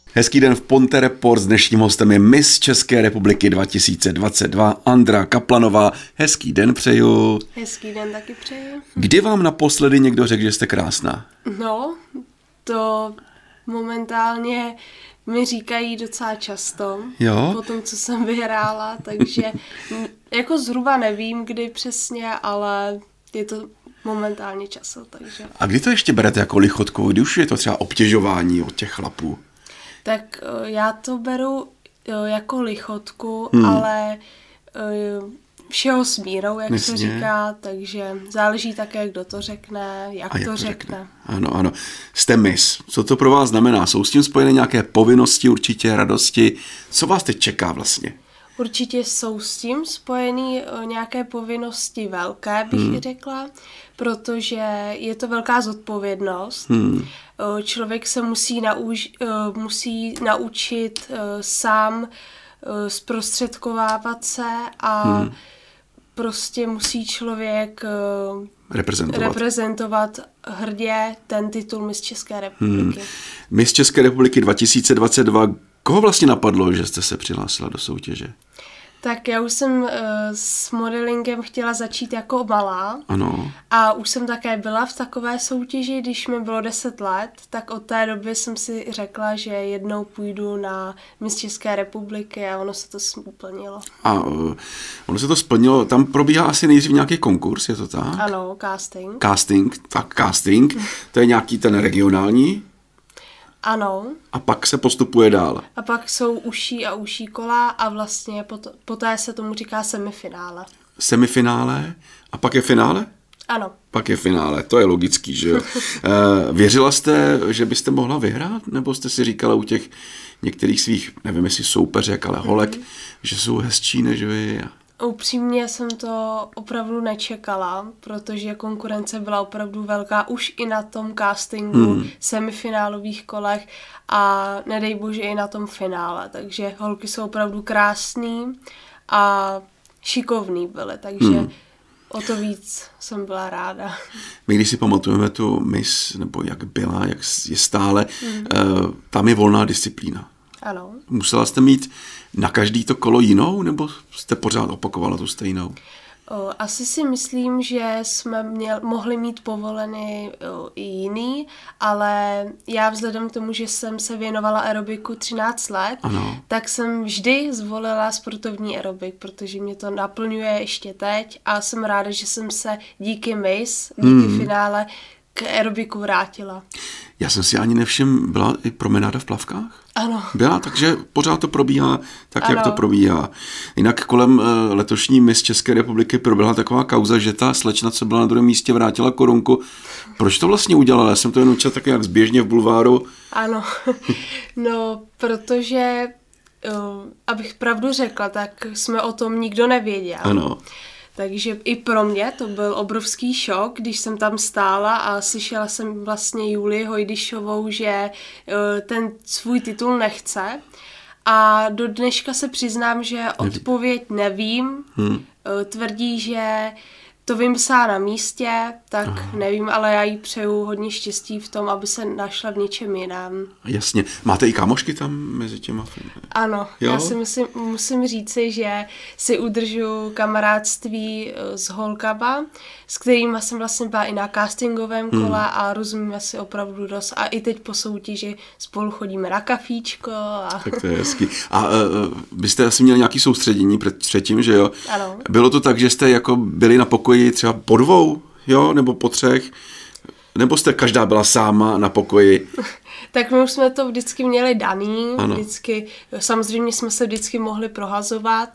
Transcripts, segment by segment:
Hezký den v Ponte Report. S dnešním hostem je Miss České republiky 2022 Andra Kaplanová. Hezký den přeju. Hezký den taky přeju. Kdy vám naposledy někdo řekl, že jste krásná? No, to momentálně mi říkají docela často. Jo? Po tom, co jsem vyhrála, takže jako zhruba nevím, kdy přesně, ale je to momentálně často, takže. A kdy to ještě berete jako lichotku? Kdy už je to třeba obtěžování od těch chlapů? Tak já to beru jako lichotku, ale všeho s mírou, jak se říká, takže záleží také, kdo to řekne, jak to řekne. Ano. Jste Miss. Co to pro vás znamená? Jsou s tím spojené nějaké povinnosti, určitě radosti? Co vás teď čeká vlastně? Určitě jsou s tím spojené nějaké povinnosti velké, bych řekla, protože je to velká zodpovědnost. Člověk se musí naučit sám zprostředkovávat se a prostě musí člověk reprezentovat hrdě ten titul Miss České republiky. Miss České republiky 2022, koho vlastně napadlo, že jste se přihlásila do soutěže? Tak já už jsem s modelingem chtěla začít jako malá. Ano. A už jsem také byla v takové soutěži, když mi bylo 10 let, tak od té doby jsem si řekla, že jednou půjdu na Miss České republiky a ono se to splnilo. A ono se to splnilo, tam probíhá asi nejdřív nějaký konkurs, je to tak? Ano, casting. Casting, to je nějaký ten regionální? Ano. A pak se postupuje dál. A pak jsou užší a užší kola a vlastně poté se tomu říká semifinále. Semifinále? A pak je finále? Ano. Pak je finále, to je logický, že jo. Věřila jste, že byste mohla vyhrát? Nebo jste si říkala u těch některých svých, nevím jestli soupeřek, ale holek, že jsou hezčí než vy? Upřímně jsem to opravdu nečekala, protože konkurence byla opravdu velká už i na tom castingu, semifinálových kolech a nedej bože i na tom finále. Takže holky jsou opravdu krásný a šikovný byly, takže o to víc jsem byla ráda. My když si pamatujeme tu Miss, nebo jak byla, jak je stále, tam je volná disciplína. Ano. Musela jste mít na každý to kolo jinou, nebo jste pořád opakovala tu stejnou? Asi si myslím, že jsme mohli mít povoleny i jiný, ale já vzhledem k tomu, že jsem se věnovala aerobiku 13 let, tak jsem vždy zvolila sportovní aerobik, protože mě to naplňuje ještě teď a jsem ráda, že jsem se díky Miss, díky finále k aerobiku vrátila. Já jsem si ani nevšiml, byla i promenáda v plavkách? Ano. Byla, takže pořád to probíhá tak, jak to probíhá. Jinak kolem letošní Miss České republiky proběhla taková kauza, že ta slečna, co byla na druhém místě, vrátila korunku. Proč to vlastně udělala? Já jsem to jen učil tak jak zběžně v bulváru. Ano, no, protože, abych pravdu řekla, tak jsme o tom nikdo nevěděl. Ano. Takže i pro mě to byl obrovský šok, když jsem tam stála a slyšela jsem vlastně Julii Hojdyšovou, že ten svůj titul nechce. A do dneška se přiznám, že odpověď nevím. Tvrdí, že to vymyslá na místě, tak nevím, ale já jí přeju hodně štěstí v tom, aby se našla v něčem jiném. Jasně. Máte i kámošky tam mezi těma? Ano, jo? Já si musím říci, že si udržu kamarádství s holkama, s kterými jsem vlastně byla i na castingovém kole a rozumíme si opravdu dost. A i teď po soutěži spolu chodíme na kafíčko. Tak to je hezký. A byste asi měli nějaké soustředění předtím, že jo? Ano. Bylo to tak, že jste jako byli na pokoji třeba po 2, jo, nebo po 3, nebo jste každá byla sáma na pokoji? Tak my už jsme to vždycky měli daný, vždycky, samozřejmě jsme se vždycky mohli prohazovat,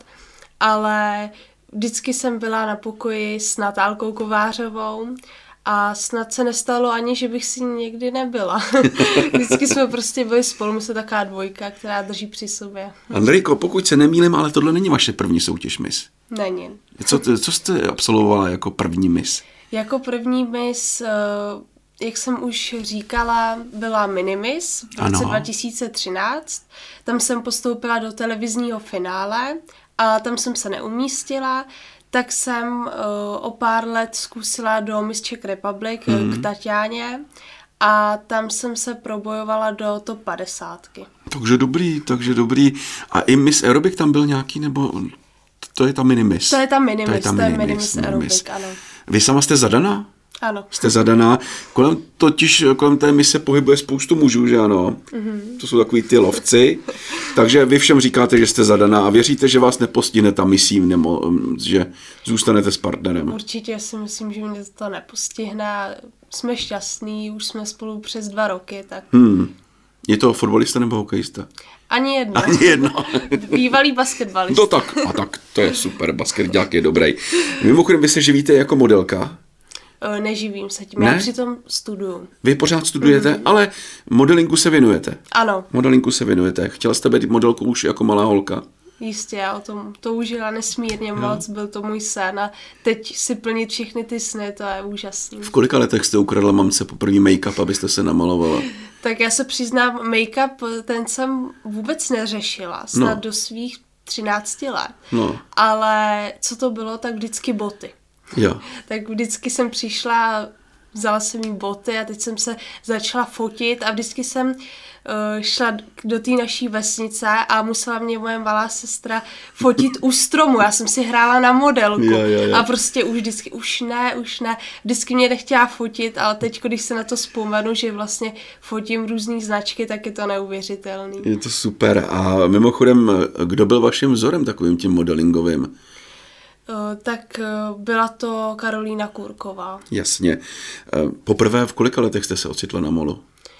ale vždycky jsem byla na pokoji s Natálkou Kovářovou a snad se nestalo ani, že bych si někdy nebyla. Vždycky jsme prostě byli spolu, my jsme taková dvojka, která drží při sobě. Andrejko, pokud se nemýlím, ale tohle není vaše první soutěž Miss. Není. Co jste absolvovala jako první Miss? Jako první Miss, jak jsem už říkala, byla Minimis v roce 2013. Tam jsem postoupila do televizního finále a tam jsem se neumístila, tak jsem o pár let zkusila do Miss Czech Republic k Tatianě a tam jsem se probojovala do top 50. Takže dobrý. A i Miss Aerobic tam byl nějaký, nebo to je ta Minimis? To je ta Minimis Aerobic, ano. Vy sama jste zadaná? Ano. Jste zadaná. Kolem té mise pohybuje spoustu mužů, že ano? Mm-hmm. To jsou takový ty lovci. Takže vy všem říkáte, že jste zadaná a věříte, že vás nepostihne ta misí, nebo že zůstanete s partnerem? Určitě si myslím, že mě to nepostihne. Jsme šťastní, už jsme spolu přes 2 roky, tak... Je to fotbalista nebo hokejista? Ani jedno. Bývalý basketbalista. No tak, to je super, basketďák je dobrý. Mimochodem, vy se živíte jako modelka? Neživím se tím, já přitom studuju. Vy pořád studujete, ale modelingu se věnujete? Ano. Modelingu se věnujete. Chtěla jste být modelkou už jako malá holka? Jistě, já o tom toužila nesmírně moc, byl to můj sen a teď si plnit všechny ty sny, to je úžasný. V kolika letech jste ukradla mamce poprvé make-up, abyste se namalovala? Tak já se přiznám, make-up ten jsem vůbec neřešila, snad do svých 13 let. No. Ale co to bylo, tak vždycky boty. Jo. Tak vždycky jsem přišla, vzala jsem jí boty a teď jsem se začala fotit a vždycky jsem šla do té naší vesnice a musela mě moje malá sestra fotit u stromu. Já jsem si hrála na modelku a prostě už ne. Vždycky mě nechtěla fotit, ale teď, když se na to vzpomenu, že vlastně fotím různý značky, tak je to neuvěřitelný. Je to super. A mimochodem, kdo byl vaším vzorem takovým tím modelingovým? Tak byla to Karolína Kůrková. Jasně. Poprvé v kolika letech jste se ocitla na molu?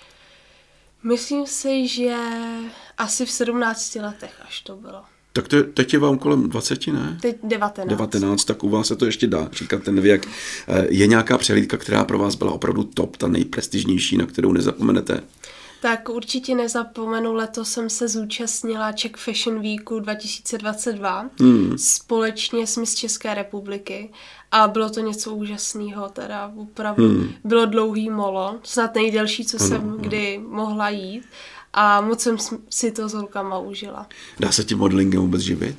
Myslím si, že asi v 17 letech až to bylo. Tak teď je vám kolem 20, ne? Teď 19. 19, tak u vás se to ještě dá říkat ten věk. Je nějaká přehlídka, která pro vás byla opravdu top, ta nejprestižnější, na kterou nezapomenete? Tak určitě nezapomenu, letos jsem se zúčastnila Czech Fashion Weeku 2022 společně s Miss České republiky a bylo to něco úžasného, teda opravdu bylo dlouhý molo, snad nejdelší, co jsem kdy mohla jít a moc jsem si to s holkama užila. Dá se tím modelingem vůbec živit?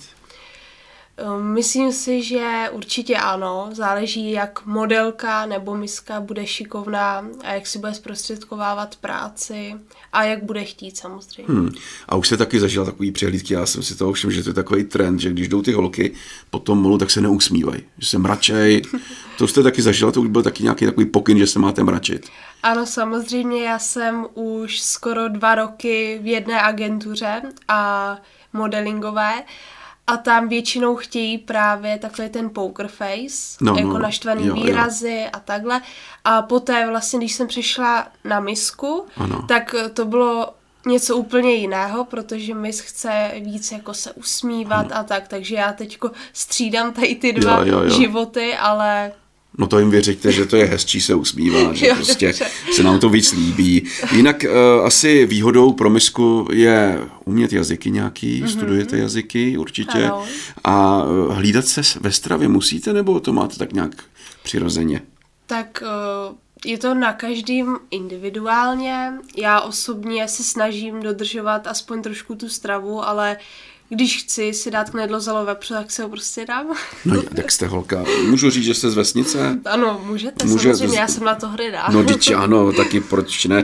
Myslím si, že určitě ano, záleží, jak modelka nebo miska bude šikovná a jak si bude zprostředkovávat práci a jak bude chtít samozřejmě. A už se taky zažila takový přehlídky, já jsem si toho všiml, že to je takový trend, že když jdou ty holky po tom molu, tak se neusmívají, že se mračej. To jste taky zažila, to už byl taky nějaký takový pokyn, že se máte mračit. Ano, samozřejmě, já jsem už skoro 2 roky v jedné agentuře a modelingové a tam většinou chtějí právě takový ten poker face, jako naštvaný výrazy a takhle. A poté vlastně, když jsem přišla na misku, tak to bylo něco úplně jiného, protože mis chce víc jako se usmívat a tak, takže já teďko střídám tady ty 2 životy, ale... No to jim věříte, že to je hezčí se usmívat, že prostě se nám to víc líbí. Jinak asi výhodou pro misku je umět jazyky nějaký, studujete jazyky určitě. Ano. A hlídat se ve stravě musíte, nebo to máte tak nějak přirozeně? Tak je to na každým individuálně. Já osobně se snažím dodržovat aspoň trošku tu stravu, ale když chci si dát knedlo zalo vepřu, tak se ho prostě dám. No jak jste holka? Můžu říct, že jste z vesnice? Ano, můžete, samozřejmě, já jsem na to hrdá. No teď ano, taky proč ne?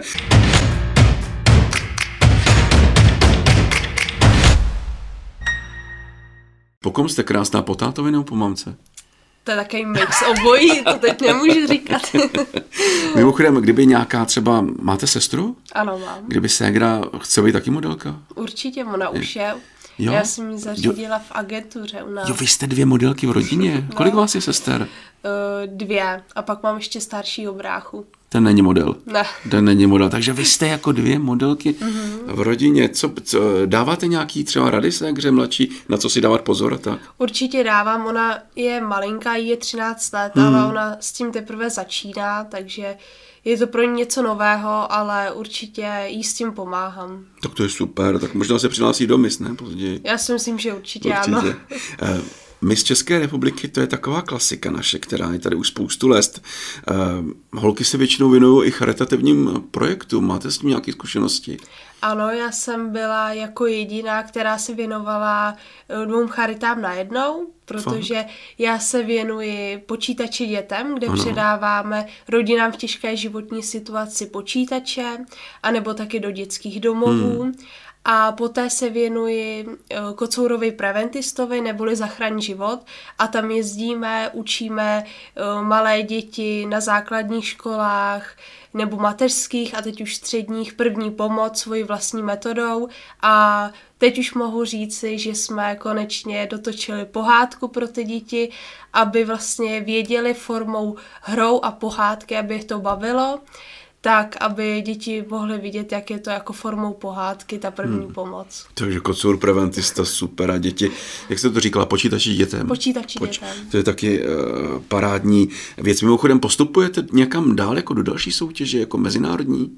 Po kom jste krásná, po tátovi nebo po mamce? To je takový mix obojí, to teď nemůžu říkat. Mimochodem, kdyby nějaká třeba, máte sestru? Ano, mám. Kdyby ségra chce být taky modelka? Určitě, ona už je. Jo? Já jsem ji zařídila v agentuře u nás. Jo, vy jste 2 modelky v rodině. Kolik vás je sester? 2 a pak mám ještě staršího bráchu. Ten není model. Ne. Ten není model. Takže vy jste jako 2 modelky v rodině. Co dáváte nějaký třeba rady ségře mladší, na co si dávat pozor a tak? Určitě dávám. Ona je malinká, jí je 13 let, ale ona s tím teprve začíná, takže je to pro ní něco nového, ale určitě jí s tím pomáhám. Tak to je super, tak možná se přihlásí do Miss, ne? Později. Já si myslím, že určitě. Ano. Miss České republiky, to je taková klasika naše, která je tady už spoustu let. Holky se většinou věnují i charitativním projektům. Máte s tím nějaké zkušenosti? Ano, já jsem byla jako jediná, která se věnovala 2 charitám najednou, protože já se věnuji počítači dětem, kde předáváme rodinám v těžké životní situaci počítače, anebo taky do dětských domovů. a poté se věnuji kocourovi preventistovi neboli Zachraň život a tam jezdíme, učíme malé děti na základních školách nebo mateřských a teď už středních první pomoc svojí vlastní metodou a teď už mohu říci, že jsme konečně dotočili pohádku pro ty děti, aby vlastně věděli formou hrou a pohádky, aby je to bavilo, tak, aby děti mohly vidět, jak je to jako formou pohádky, ta první pomoc. Takže kocour preventista, super. A děti, jak jste to říkala, počítači dětem. Počítači dětem. To je taky parádní věc. Mimochodem postupujete někam dál, jako do další soutěže, jako mezinárodní?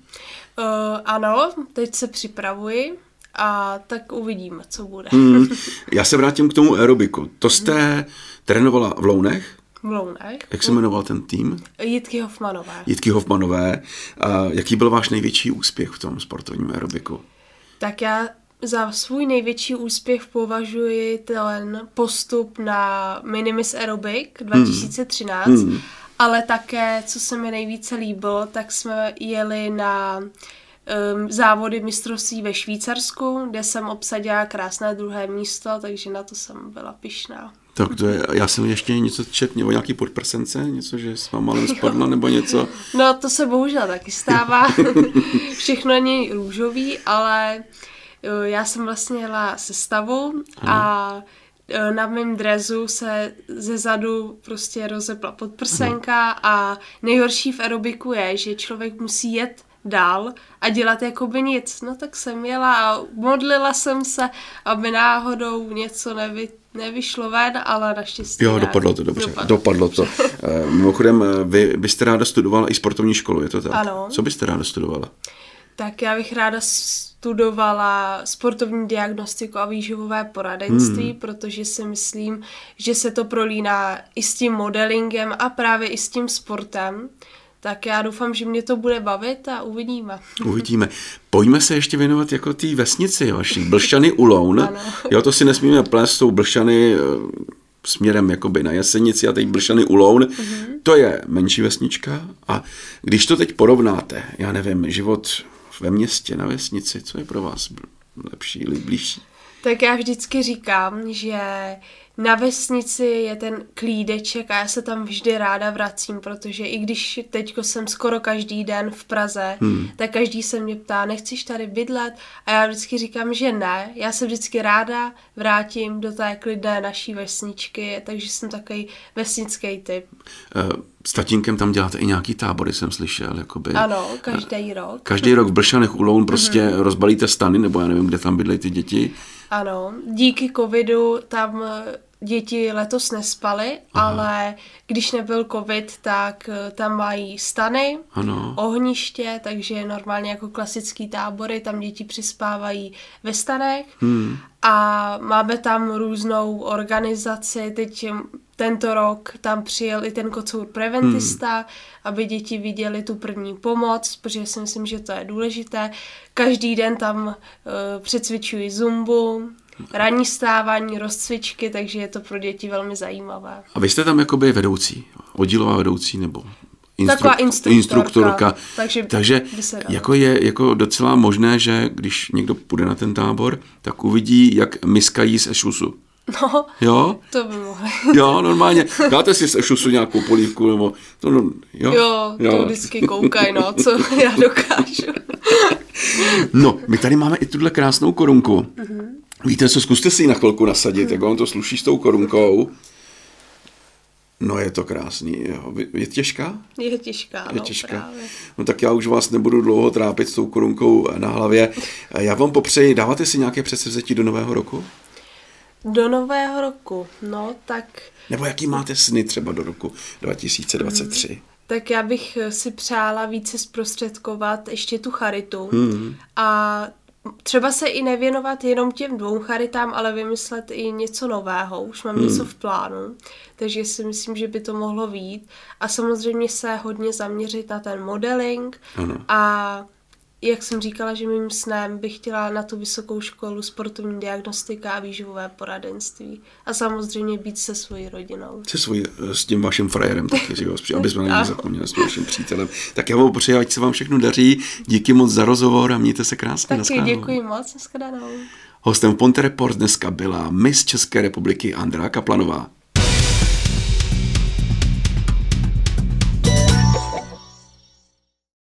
Ano, teď se připravuji a tak uvidíme, co bude. Já se vrátím k tomu aerobiku. To jste trénovala v Lounech? V Lounech. Jak se jmenoval ten tým? Jitky Hofmanové. A jaký byl váš největší úspěch v tom sportovním aerobiku? Tak já za svůj největší úspěch považuji ten postup na Minimis Aerobic 2013, ale také, co se mi nejvíce líbilo, tak jsme jeli na závody mistrovství ve Švýcarsku, kde jsem obsadila krásné 2. místo, takže na to jsem byla pyšná. Tak to je, já jsem ještě něco četl, nebo nějaký podprsence, něco, že s vám malem spadla, nebo něco. No to se bohužel taky stává, všechno není růžový, ale já jsem vlastně jela sestavu a na mém drezu se zezadu prostě rozepla podprsenka a nejhorší v aerobiku je, že člověk musí jet dál a dělat jakoby nic. No tak jsem jela a modlila jsem se, aby náhodou něco nevyšlo ven, ale naštěstí jo, dopadlo to dobře. Dopadlo to. Mimochodem, vy byste ráda studovala i sportovní školu, je to tak? Ano. Co byste ráda studovala? Tak já bych ráda studovala sportovní diagnostiku a výživové poradenství, protože si myslím, že se to prolíná i s tím modelingem a právě i s tím sportem. Tak já doufám, že mě to bude bavit a uvidíme. Uvidíme. Pojďme se ještě věnovat jako té vesnici vaší. Blšany u Loun. Jo, to si nesmíme plést, jsou Blšany směrem jakoby na Jesenici a teď Blšany u Loun. To je menší vesnička a když to teď porovnáte, já nevím, život ve městě, na vesnici, co je pro vás lepší ili blížší? Tak já vždycky říkám, že na vesnici je ten klídeček a já se tam vždy ráda vracím, protože i když teďko jsem skoro každý den v Praze, tak každý se mě ptá, nechceš tady bydlet? A já vždycky říkám, že ne. Já se vždycky ráda vrátím do té klidné naší vesničky, takže jsem takový vesnický typ. S tatínkem tam děláte i nějaký tábory, jsem slyšel. Jakoby. Ano, každý rok. Každý rok v Blšanech u Loun prostě rozbalíte stany, nebo já nevím, kde tam bydlejí ty děti. Ano, díky covidu tam děti letos nespaly, ale když nebyl covid, tak tam mají stany, ohniště, takže normálně jako klasický tábory, tam děti přispávají ve stanech a máme tam různou organizaci, teď tento rok tam přijel i ten kocour preventista, aby děti viděli tu první pomoc, protože si myslím, že to je důležité. Každý den tam přecvičují zumbu, ranní stávání, rozcvičky, takže je to pro děti velmi zajímavé. A vy jste tam jakoby vedoucí, oddílová vedoucí nebo taková instruktorka. Takže jako je jako docela možné, že když někdo půjde na ten tábor, tak uvidí, jak miska jí z ešusu. No, jo? To by mohli. Jo, normálně. Dáte si z ešusu nějakou polívku, nebo to, jo, to vždycky koukaj, no, co já dokážu. No, my tady máme i tuhle krásnou korunku. Víte co, zkuste si ji na chvilku nasadit, jak vám to sluší s tou korunkou. No je to krásný. Jo. Je těžká? Je těžká, je těžká. Právě. No tak já už vás nebudu dlouho trápit s tou korunkou na hlavě. Já vám popřeji, dáváte si nějaké předsevzetí do nového roku? Do nového roku, no tak... Nebo jaký máte sny třeba do roku 2023? Tak já bych si přála více zprostředkovat ještě tu charitu a třeba se i nevěnovat jenom těm 2 charitám, ale vymyslet i něco nového. Už mám něco v plánu, takže si myslím, že by to mohlo vyjít. A samozřejmě se hodně zaměřit na ten modeling a jak jsem říkala, že mým snem bych chtěla na tu vysokou školu sportovní diagnostika a výživové poradenství. A samozřejmě být se svojí rodinou. S tím vaším frajerem taky, že jo, aby jsme na něj zapomněli, s vaším přítelem. Tak já vám popřeji, ať se vám všechno daří. Díky moc za rozhovor a mějte se krásně. Taky děkuji moc, nashledanou. Hostem v Ponte Report dneska byla Miss České republiky Andrea Kaplanová.